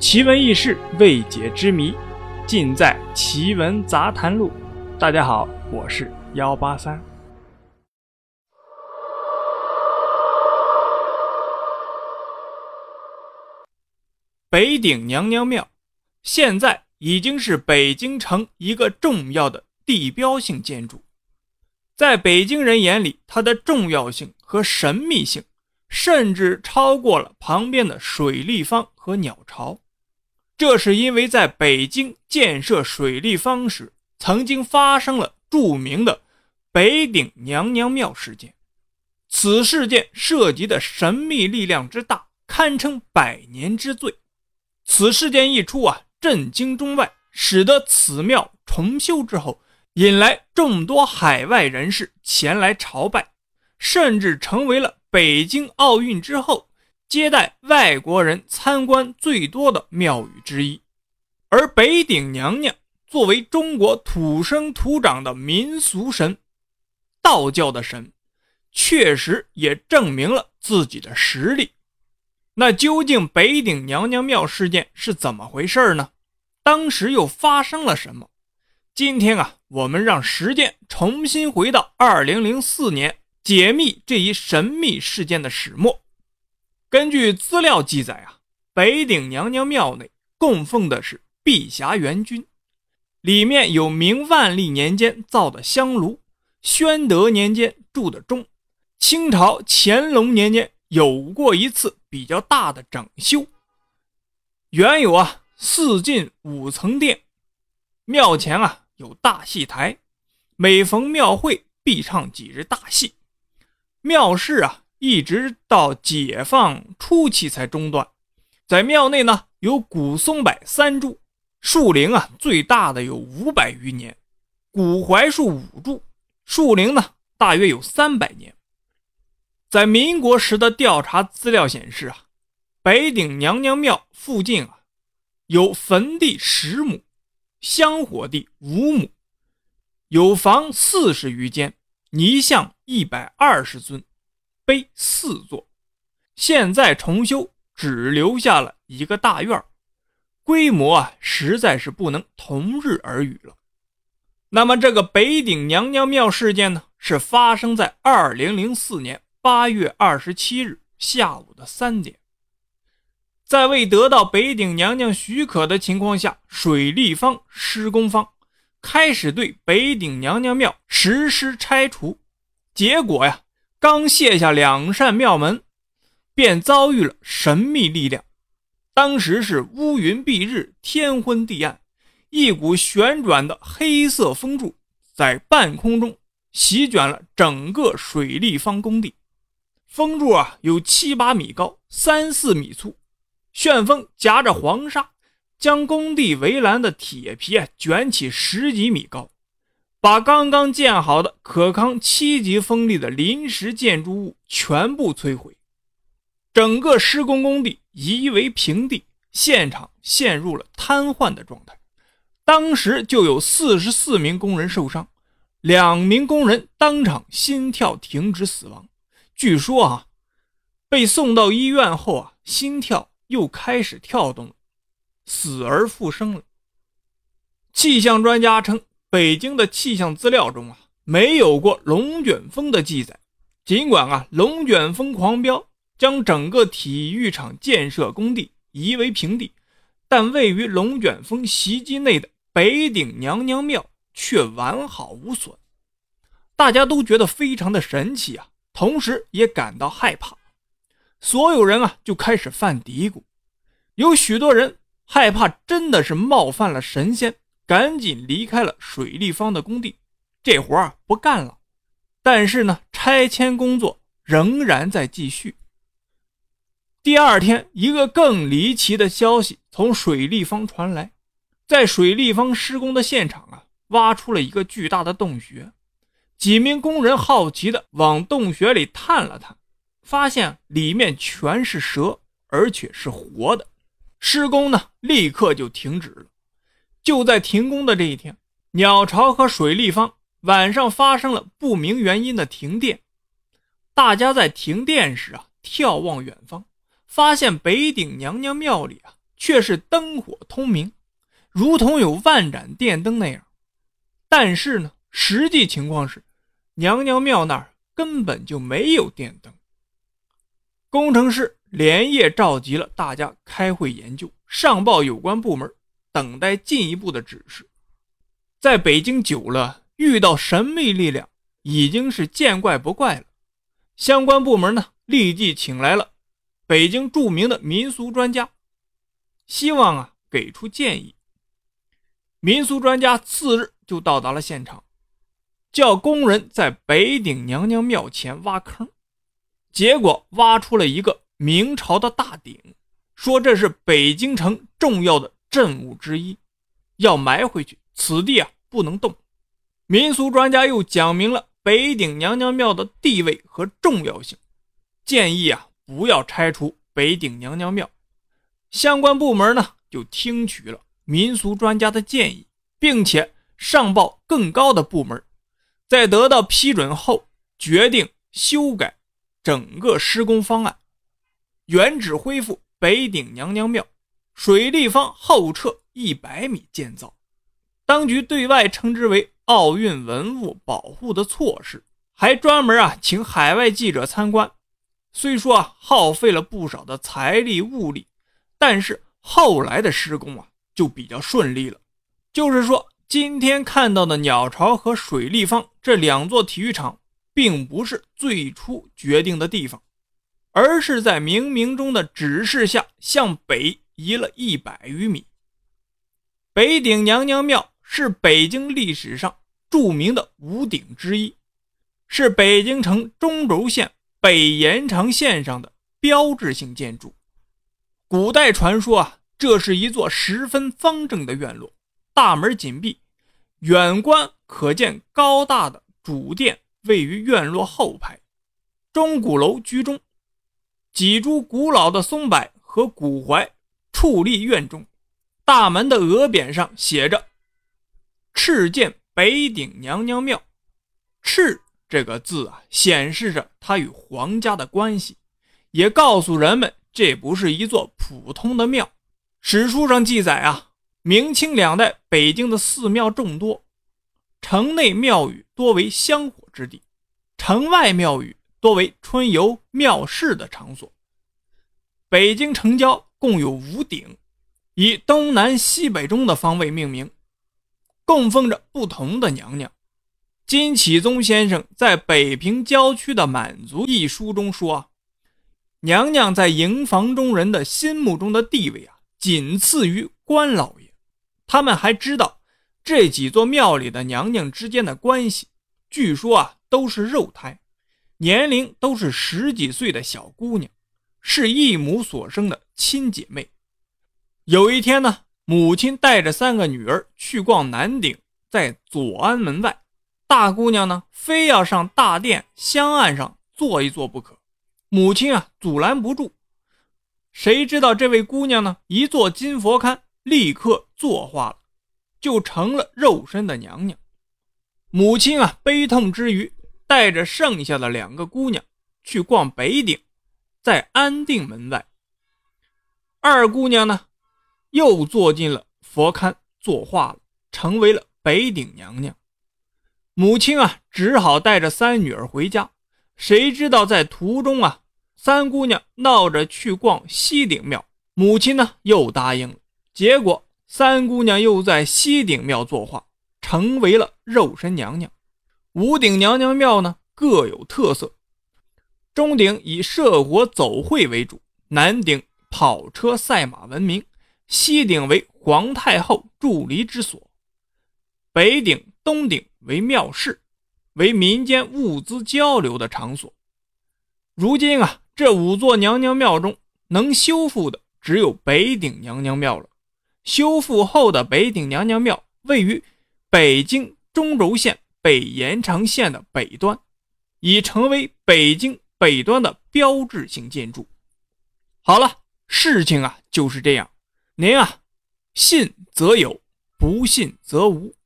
奇闻异事、未解之谜，尽在奇闻杂谈录。大家好，我是183。北顶娘娘庙现在已经是北京城一个重要的地标性建筑，在北京人眼里，它的重要性和神秘性甚至超过了旁边的水立方和鸟巢。这是因为在北京建设水立方时，曾经发生了著名的北顶娘娘庙事件。此事件涉及的神秘力量之大，堪称百年之最。此事件一出震惊中外，使得此庙重修之后，引来众多海外人士前来朝拜，甚至成为了北京奥运之后接待外国人参观最多的庙宇之一。而北顶娘娘作为中国土生土长的民俗神，道教的神，确实也证明了自己的实力。那究竟北顶娘娘庙事件是怎么回事呢？当时又发生了什么？今天我们让时间重新回到2004年，解密这一神秘事件的始末。根据资料记载北顶娘娘庙内供奉的是碧霞元君，里面有明万历年间造的香炉，宣德年间铸的钟，清朝乾隆年间有过一次比较大的整修。原有4进5层殿，庙前有大戏台，每逢庙会必唱几日大戏。庙事一直到解放初期才中断。在庙内呢，有古松柏3株，树龄最大的有500余年，古槐树5株，树龄呢大约有300年。在民国时的调查资料显示北顶娘娘庙附近有坟地10亩，香火地5亩，有房40余间，泥像120尊，碑4座。现在重修只留下了一个大院，规模实在是不能同日而语了。那么这个北顶娘娘庙事件呢，是发生在2004年8月27日下午的3点。在未得到北顶娘娘许可的情况下，水立方施工方开始对北顶娘娘庙实施拆除。结果刚卸下2扇庙门，便遭遇了神秘力量。当时是乌云蔽日，天昏地暗，一股旋转的黑色风柱在半空中席卷了整个水立方工地。风柱有7、8米高，3、4米粗，旋风夹着黄沙，将工地围栏的铁皮卷起10几米高，把刚刚建好的可抗7级风力的临时建筑物全部摧毁。整个施工工地夷为平地，现场陷入了瘫痪的状态。当时就有44名工人受伤，2名工人当场心跳停止死亡。据说被送到医院后心跳又开始跳动了，死而复生了。气象专家称，北京的气象资料中没有过龙卷风的记载。尽管龙卷风狂飙将整个体育场建设工地夷为平地，但位于龙卷风袭击内的北顶娘娘庙却完好无损。大家都觉得非常的神奇同时也感到害怕。所有人就开始犯嘀咕，有许多人害怕真的是冒犯了神仙，赶紧离开了水立方的工地，这活不干了。但是呢，拆迁工作仍然在继续。第二天，一个更离奇的消息从水立方传来。在水立方施工的现场挖出了一个巨大的洞穴。几名工人好奇地往洞穴里探了探，发现里面全是蛇，而且是活的。施工呢，立刻就停止了。就在停工的这一天，鸟巢和水立方晚上发生了不明原因的停电。大家在停电时眺望远方，发现北顶娘娘庙里却是灯火通明，如同有万盏电灯那样。但是呢，实际情况是娘娘庙那儿根本就没有电灯。工程师连夜召集了大家开会研究，上报有关部门，等待进一步的指示。在北京久了，遇到神秘力量已经是见怪不怪了。相关部门呢，立即请来了北京著名的民俗专家，希望给出建议。民俗专家次日就到达了现场，叫工人在北顶娘娘庙前挖坑，结果挖出了一个明朝的大鼎，说这是北京城重要的镇物之一，要埋回去，此地不能动。民俗专家又讲明了北顶娘娘庙的地位和重要性，建议不要拆除北顶娘娘庙。相关部门呢就听取了民俗专家的建议，并且上报更高的部门，在得到批准后决定修改整个施工方案，原址恢复北顶娘娘庙，水立方后撤100米建造。当局对外称之为奥运文物保护的措施，还专门请海外记者参观。虽说耗费了不少的财力物力，但是后来的施工就比较顺利了。就是说，今天看到的鸟巢和水立方这2座体育场并不是最初决定的地方，而是在冥冥中的指示下向北移了100余米。北顶娘娘庙是北京历史上著名的5鼎之一，是北京城中轴线北延长线上的标志性建筑。古代传说这是一座十分方正的院落，大门紧闭，远观可见高大的主殿位于院落后排，钟鼓楼居中，几株古老的松柏和古槐矗立院中。大门的额匾上写着敕建北顶娘娘庙。敕这个字显示着它与皇家的关系，也告诉人们这不是一座普通的庙。史书上记载明清2代北京的寺庙众多，城内庙宇多为香火之地，城外庙宇多为春游庙市的场所。北京城郊共有5鼎，以东南西北中的方位命名，供奉着不同的娘娘。金启宗先生在《北平郊区的满族》一书中说，娘娘在营房中人的心目中的地位仅次于关老爷。他们还知道这几座庙里的娘娘之间的关系，据说都是肉胎，年龄都是10几岁的小姑娘，是异母所生的亲姐妹。有一天呢，母亲带着3个女儿去逛南顶，在左安门外，大姑娘呢非要上大殿香案上坐一坐不可，母亲阻拦不住。谁知道这位姑娘呢一坐金佛龛，立刻坐化了，就成了肉身的娘娘。母亲悲痛之余，带着剩下的2个姑娘去逛北顶，在安定门外。2姑娘呢又坐进了佛龛，坐化了，成为了北顶娘娘。母亲只好带着3女儿回家。谁知道在途中3姑娘闹着去逛西顶庙，母亲呢又答应了，结果3姑娘又在西顶庙作化，成为了肉身娘娘。5顶娘娘庙呢各有特色，中顶以社火走会为主，南顶跑车赛马闻名，西顶为皇太后驻离之所，北顶东顶为庙市，为民间物资交流的场所。如今这5座娘娘庙中能修复的只有北顶娘娘庙了。修复后的北顶娘娘庙位于北京中轴线北延长线的北端，已成为北京北端的标志性建筑。好了，事情就是这样，您信则有，不信则无。